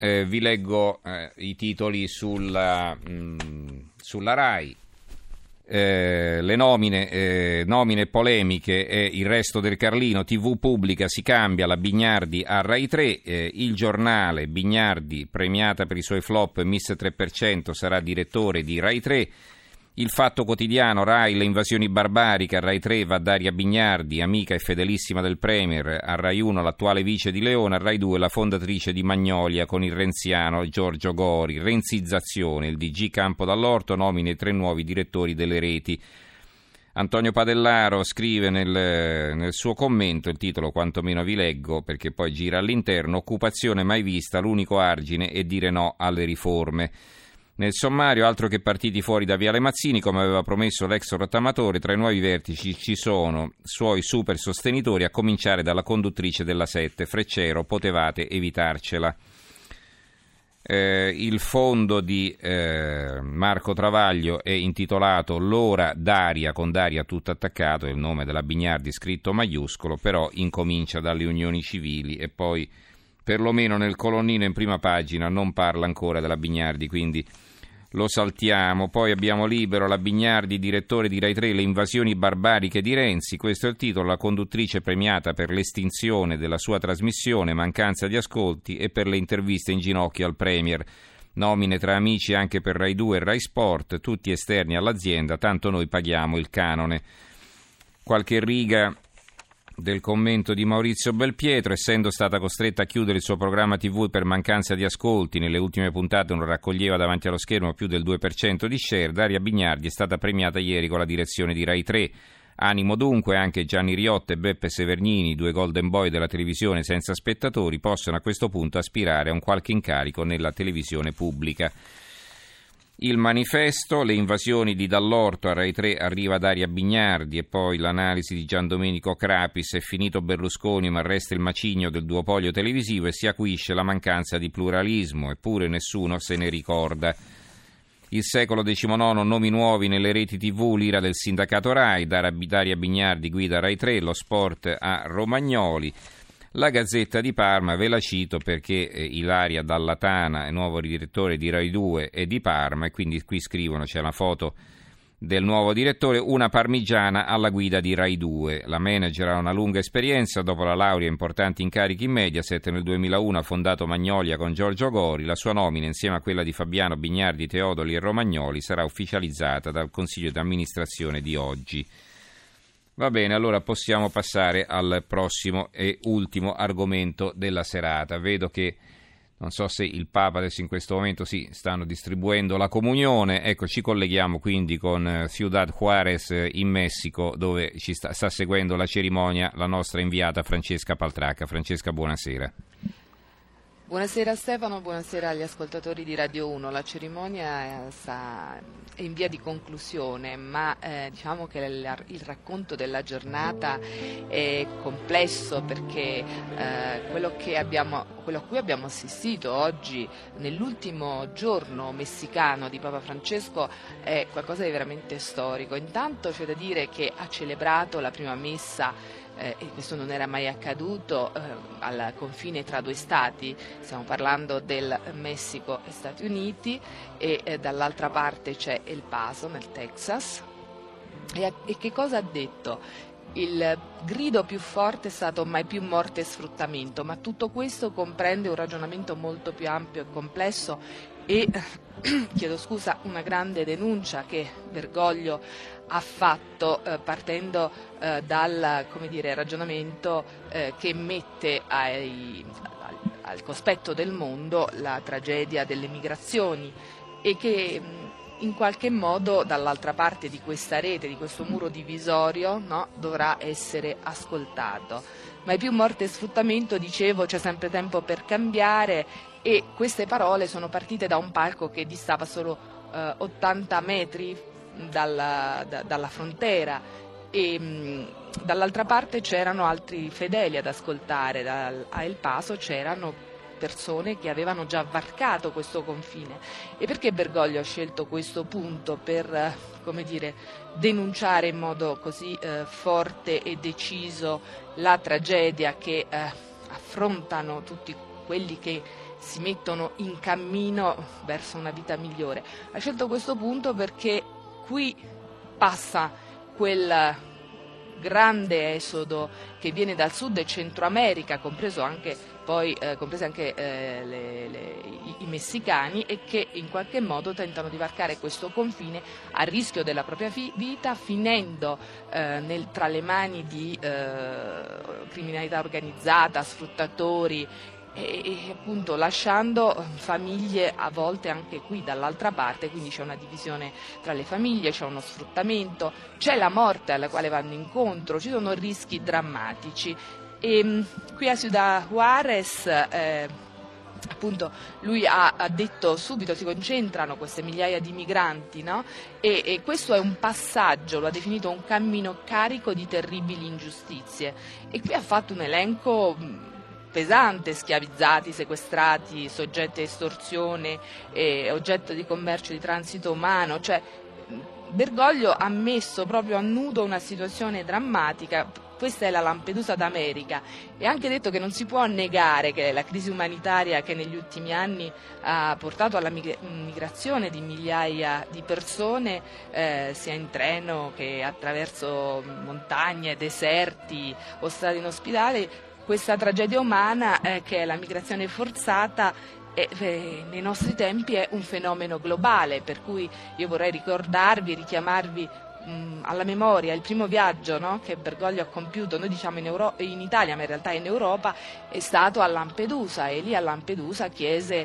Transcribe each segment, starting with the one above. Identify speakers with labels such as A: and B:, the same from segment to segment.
A: Vi leggo i titoli sulla RAI. Le nomine polemiche e il resto del Carlino. TV pubblica, si cambia la Bignardi a Rai 3. Il Giornale, Bignardi premiata per i suoi flop, Miss 3%, sarà direttore di Rai 3. Il Fatto Quotidiano, Rai, le invasioni barbariche, a Rai 3 va Daria Bignardi, amica e fedelissima del Premier, a Rai 1 l'attuale vice di Leone, a Rai 2 la fondatrice di Magnolia con il renziano Giorgio Gori, renzizzazione, il DG Campo Dall'Orto nomina i 3 nuovi direttori delle reti. Antonio Padellaro scrive nel suo commento, il titolo quantomeno vi leggo perché poi gira all'interno: occupazione mai vista, l'unico argine è dire no alle riforme. Nel sommario, altro che partiti fuori da Viale Mazzini, come aveva promesso l'ex rottamatore, tra i nuovi vertici ci sono suoi super sostenitori, a cominciare dalla conduttrice della 7, Freccero, potevate evitarcela. Il fondo di Marco Travaglio è intitolato L'ora Daria, con Daria tutto attaccato, è il nome della Bignardi scritto maiuscolo, però incomincia dalle unioni civili e poi perlomeno nel colonnino in prima pagina non parla ancora della Bignardi, quindi lo saltiamo. Poi abbiamo Libero, la Bignardi, direttore di Rai 3, le invasioni barbariche di Renzi, questo è il titolo, la conduttrice premiata per l'estinzione della sua trasmissione, mancanza di ascolti e per le interviste in ginocchio al Premier. Nomine tra amici anche per Rai 2 e Rai Sport, tutti esterni all'azienda, tanto noi paghiamo il canone. Qualche riga del commento di Maurizio Belpietro: essendo stata costretta a chiudere il suo programma TV per mancanza di ascolti, nelle ultime puntate non raccoglieva davanti allo schermo più del 2% di share, Daria Bignardi è stata premiata ieri con la direzione di Rai 3. Animo dunque, anche Gianni Riotta e Beppe Severnini, 2 golden boy della televisione senza spettatori, possono a questo punto aspirare a un qualche incarico nella televisione pubblica. Il Manifesto, le invasioni di Dall'Orto, a Rai 3 arriva Daria Bignardi, e poi l'analisi di Giandomenico Crapis: è finito Berlusconi ma resta il macigno del duopolio televisivo e si acuisce la mancanza di pluralismo, eppure nessuno se ne ricorda. Il Secolo XIX, nomi nuovi nelle reti TV, l'ira del sindacato Rai, Daria Bignardi guida Rai 3, lo sport a Romagnoli. La Gazzetta di Parma, ve la cito perché Ilaria Dallatana è nuovo direttore di Rai 2 e di Parma, e quindi qui scrivono, c'è la foto del nuovo direttore, una parmigiana alla guida di Rai 2. La manager ha una lunga esperienza, dopo la laurea importanti incarichi in Mediaset, nel 2001 ha fondato Magnolia con Giorgio Gori, la sua nomina insieme a quella di Fabiano Bignardi, Teodoli e Romagnoli sarà ufficializzata dal Consiglio di amministrazione di oggi. Va bene, allora possiamo passare al prossimo e ultimo argomento della serata. Vedo che, non so se il Papa adesso in questo momento stanno distribuendo la comunione. Ecco, ci colleghiamo quindi con Ciudad Juárez in Messico, dove ci sta seguendo la cerimonia la nostra inviata Francesca Paltracca. Francesca, buonasera.
B: Buonasera Stefano, buonasera agli ascoltatori di Radio 1. La cerimonia è in via di conclusione, ma diciamo che il racconto della giornata è complesso, perché quello a cui abbiamo assistito oggi nell'ultimo giorno messicano di Papa Francesco è qualcosa di veramente storico. Intanto c'è da dire che ha celebrato la prima messa, e questo non era mai accaduto, al confine tra 2 stati. Stiamo parlando del Messico e Stati Uniti, e dall'altra parte c'è El Paso nel Texas. E che cosa ha detto? Il grido più forte è stato mai più morte e sfruttamento, ma tutto questo comprende un ragionamento molto più ampio e complesso e una grande denuncia che Bergoglio ha fatto, partendo dal ragionamento che mette al cospetto del mondo la tragedia delle migrazioni, e che in qualche modo dall'altra parte di questa rete, di questo muro divisorio, no, dovrà essere ascoltato. Mai più morte e sfruttamento, dicevo, c'è sempre tempo per cambiare, e queste parole sono partite da un palco che distava solo 80 metri dalla frontiera, e dall'altra parte c'erano altri fedeli ad ascoltare. A El Paso c'erano persone che avevano già varcato questo confine. E perché Bergoglio ha scelto questo punto per denunciare in modo così forte e deciso la tragedia che affrontano tutti quelli che si mettono in cammino verso una vita migliore. Ha scelto questo punto perché qui passa quel grande esodo che viene dal Sud e Centro America, compresi anche i messicani, e che in qualche modo tentano di varcare questo confine a rischio della propria vita, finendo tra le mani di criminalità organizzata, sfruttatori, e appunto lasciando famiglie a volte anche qui dall'altra parte, quindi c'è una divisione tra le famiglie, c'è uno sfruttamento, c'è la morte alla quale vanno incontro, ci sono rischi drammatici. E qui a Ciudad Juárez appunto lui ha detto subito si concentrano queste migliaia di migranti, no? E questo è un passaggio, lo ha definito un cammino carico di terribili ingiustizie, e qui ha fatto un elenco pesante: schiavizzati, sequestrati, soggetti a estorsione, oggetto di commercio di transito umano. Cioè Bergoglio ha messo proprio a nudo una situazione drammatica. Questa è la Lampedusa d'America, e ha anche detto che non si può negare che la crisi umanitaria che negli ultimi anni ha portato alla migrazione di migliaia di persone, sia in treno che attraverso montagne, deserti o strade inospitali, questa tragedia umana che è la migrazione forzata nei nostri tempi è un fenomeno globale, per cui io vorrei richiamarvi alla memoria il primo viaggio, no, che Bergoglio ha compiuto, noi diciamo in Italia ma in realtà in Europa, è stato a Lampedusa, e lì a Lampedusa chiese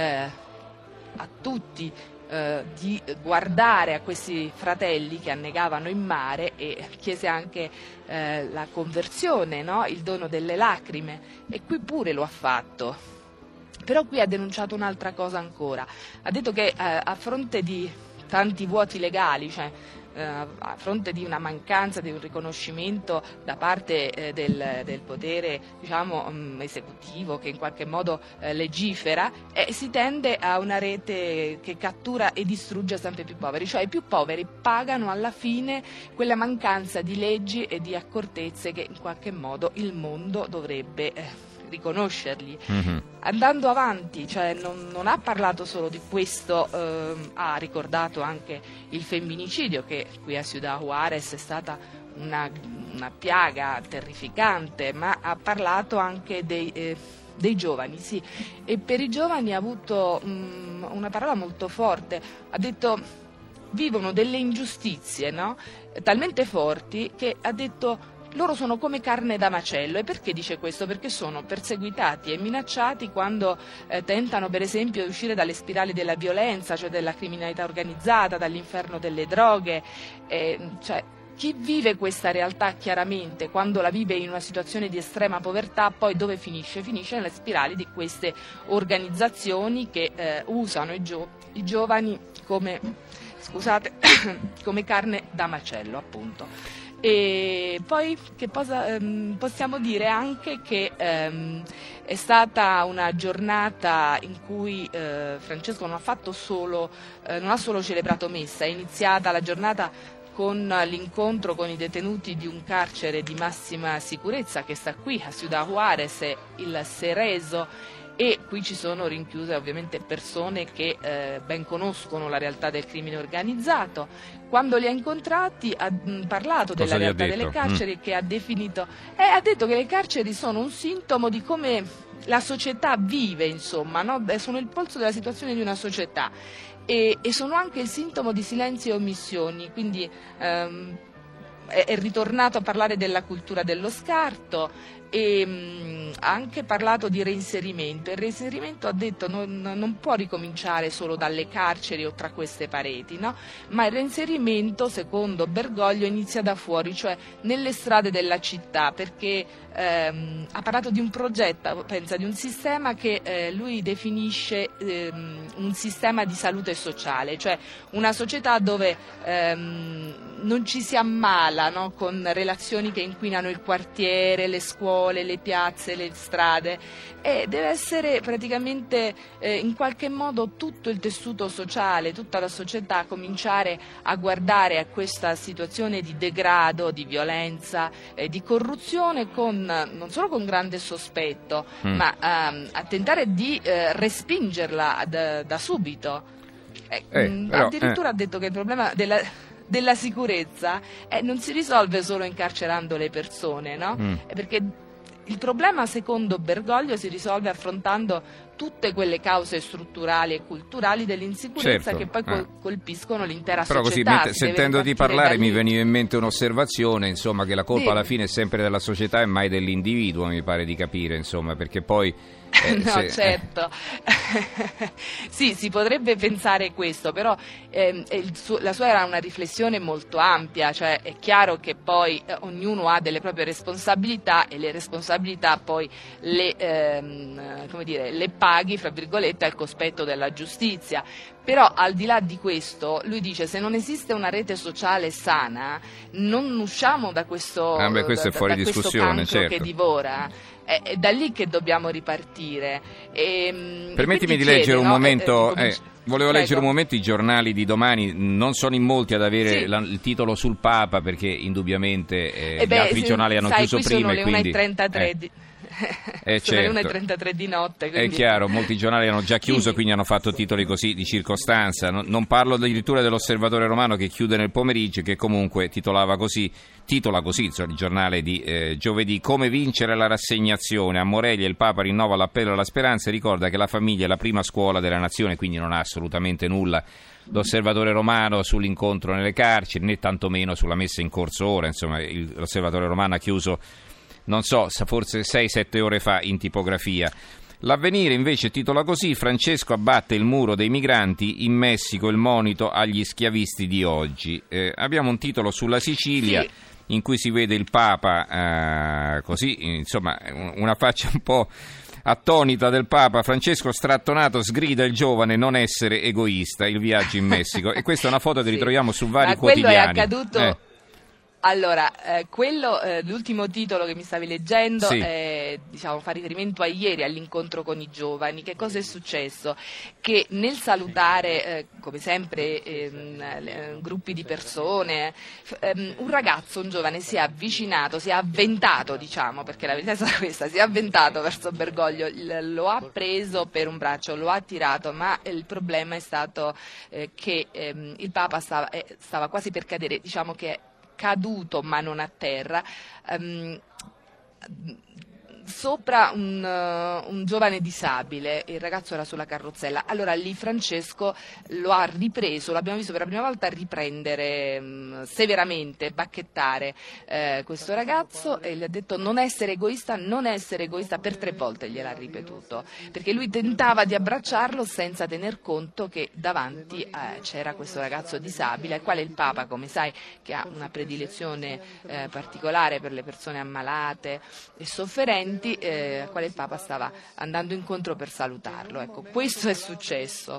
B: a tutti di guardare a questi fratelli che annegavano in mare, e chiese anche la conversione, no? Il dono delle lacrime, e qui pure lo ha fatto. Però qui ha denunciato un'altra cosa ancora, ha detto che a fronte di tanti vuoti legali, cioè a fronte di una mancanza di un riconoscimento da parte del potere, diciamo, esecutivo, che in qualche modo legifera, si tende a una rete che cattura e distrugge sempre più poveri, cioè i più poveri pagano alla fine quella mancanza di leggi e di accortezze che in qualche modo il mondo dovrebbe riconoscergli.
A: Mm-hmm.
B: Andando avanti, cioè non ha parlato solo di questo, ha ricordato anche il femminicidio, che qui a Ciudad Juárez è stata una piaga terrificante, ma ha parlato anche dei giovani, sì, e per i giovani ha avuto una parola molto forte, ha detto vivono delle ingiustizie, no? Talmente forti che ha detto loro sono come carne da macello. E perché dice questo? Perché sono perseguitati e minacciati quando tentano per esempio di uscire dalle spirali della violenza, cioè della criminalità organizzata, dall'inferno delle droghe, cioè chi vive questa realtà chiaramente, quando la vive in una situazione di estrema povertà, poi dove finisce? Finisce nelle spirali di queste organizzazioni che usano i giovani come, scusate, come carne da macello, appunto. E poi che cosa possiamo dire anche che è stata una giornata in cui Francesco non ha solo celebrato messa, è iniziata la giornata con l'incontro con i detenuti di un carcere di massima sicurezza che sta qui a Ciudad Juárez, il Cerezo, e qui ci sono rinchiuse ovviamente persone che ben conoscono la realtà del crimine organizzato. Quando li ha incontrati ha parlato della realtà delle carceri, che ha definito, ha detto che le carceri sono un sintomo di come la società vive, insomma, no? Sono il polso della situazione di una società, e sono anche il sintomo di silenzi e omissioni, quindi è ritornato a parlare della cultura dello scarto, e ha anche parlato di reinserimento. Il reinserimento, ha detto, non può ricominciare solo dalle carceri o tra queste pareti, no? Ma il reinserimento, secondo Bergoglio, inizia da fuori, cioè nelle strade della città, perché ha parlato di un progetto, pensa, di un sistema che lui definisce un sistema di salute sociale, cioè una società dove non ci si ammala, no? Con relazioni che inquinano il quartiere, le scuole, scuole, le piazze, le strade, e deve essere praticamente in qualche modo tutto il tessuto sociale, tutta la società cominciare a guardare a questa situazione di degrado, di violenza, di corruzione non solo con grande sospetto, ma a tentare di respingerla da subito. Addirittura ha detto che il problema della sicurezza non si risolve solo incarcerando le persone, no? Perché il problema, secondo Bergoglio, si risolve affrontando tutte quelle cause strutturali e culturali dell'insicurezza,
A: certo,
B: che poi colpiscono l'intera
A: però
B: società.
A: Così, sentendoti parlare mi veniva in mente un'osservazione, insomma, che la colpa alla fine è sempre della società e mai dell'individuo, mi pare di capire, insomma, perché poi
B: no, certo. Sì, si potrebbe pensare questo, però la sua era una riflessione molto ampia, cioè è chiaro che poi ognuno ha delle proprie responsabilità, e le responsabilità poi le paghi, fra virgolette, al cospetto della giustizia. Però al di là di questo, lui dice: se non esiste una rete sociale sana, non usciamo da questo,
A: questo è fuori
B: da
A: discussione,
B: questo cancro
A: certo,
B: che divora. È da lì che dobbiamo ripartire.
A: Permettimi di leggere un momento. Volevo leggere un momento i giornali di domani, non sono in molti ad avere il titolo sul Papa, perché indubbiamente gli altri giornali hanno chiuso prima.
B: Sono le 1:33 sono le 1:33 di notte. Quindi...
A: È chiaro, molti giornali hanno già chiuso, quindi hanno fatto titoli così di circostanza. Non parlo addirittura dell'Osservatore Romano, che chiude nel pomeriggio, che comunque titola così il giornale di giovedì: come vincere la rassegnazione. A Morelia il Papa rinnova l'appello alla speranza e ricorda che la famiglia è la prima scuola della nazione, quindi non ha assolutamente nulla l'Osservatore Romano sull'incontro nelle carceri, né tantomeno sulla messa in corso ora. Insomma, l'Osservatore Romano ha chiuso, non so, forse 6-7 ore fa in tipografia. L'Avvenire invece titola così: Francesco abbatte il muro dei migranti, in Messico il monito agli schiavisti di oggi. Abbiamo un titolo sulla Sicilia, sì, in cui si vede il Papa così, insomma, una faccia un po' attonita del Papa. Francesco strattonato sgrida il giovane: non essere egoista, il viaggio in Messico. E questa è una foto che ritroviamo su vari quotidiani.
B: Quello è accaduto... Allora, l'ultimo titolo che mi stavi leggendo
A: sì,
B: fa riferimento a ieri, all'incontro con i giovani. Che cosa è successo? Che nel salutare, come sempre, gruppi di persone, un giovane si è avvicinato, si è avventato, perché la verità è stata questa, si è avventato verso Bergoglio, lo ha preso per un braccio, lo ha tirato, ma il problema è stato che il Papa stava quasi per cadere, che è caduto ma non a terra, sopra un giovane disabile. Il ragazzo era sulla carrozzella. Allora lì Francesco lo ha ripreso, l'abbiamo visto per la prima volta riprendere severamente, bacchettare questo ragazzo, e gli ha detto: non essere egoista, per 3 volte gliel'ha ripetuto, perché lui tentava di abbracciarlo senza tener conto che davanti c'era questo ragazzo disabile, al quale il Papa, come sai, che ha una predilezione particolare per le persone ammalate e sofferenti, a quale il Papa stava andando incontro per salutarlo. Ecco, questo è successo.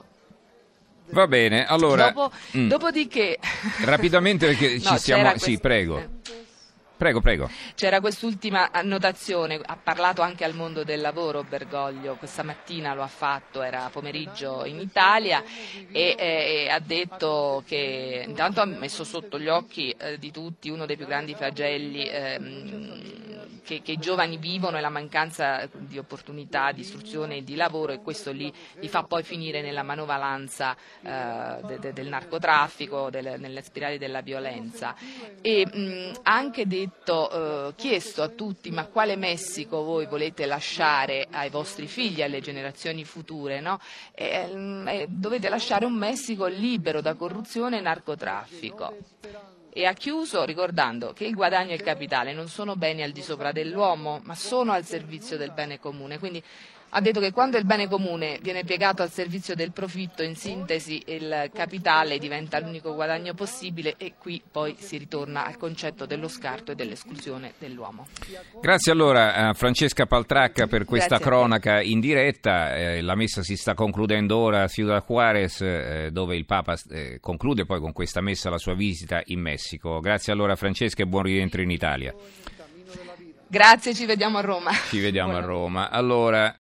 A: Va bene, allora...
B: Dopodiché...
A: Rapidamente, perché ci stiamo... Sì, prego. Prego.
B: C'era quest'ultima annotazione: ha parlato anche al mondo del lavoro Bergoglio, questa mattina lo ha fatto, era pomeriggio in Italia, e ha detto che intanto ha messo sotto gli occhi di tutti uno dei più grandi flagelli che i giovani vivono, è la mancanza di opportunità, di istruzione e di lavoro, e questo li fa poi finire nella manovalanza del narcotraffico, nelle spirali della violenza. E ha anche chiesto a tutti: ma quale Messico voi volete lasciare ai vostri figli, alle generazioni future, no? Dovete lasciare un Messico libero da corruzione e narcotraffico. E ha chiuso ricordando che il guadagno e il capitale non sono beni al di sopra dell'uomo, ma sono al servizio del bene comune. Quindi ha detto che quando il bene comune viene piegato al servizio del profitto, in sintesi il capitale diventa l'unico guadagno possibile, e qui poi si ritorna al concetto dello scarto e dell'esclusione dell'uomo.
A: Grazie allora a Francesca Paltracca per questa cronaca in diretta. La messa si sta concludendo ora a Ciudad Juárez, dove il Papa conclude poi con questa messa la sua visita in Messico. Grazie allora Francesca e buon rientro in Italia.
B: Grazie, ci vediamo a Roma.
A: Ci vediamo a Roma. Allora,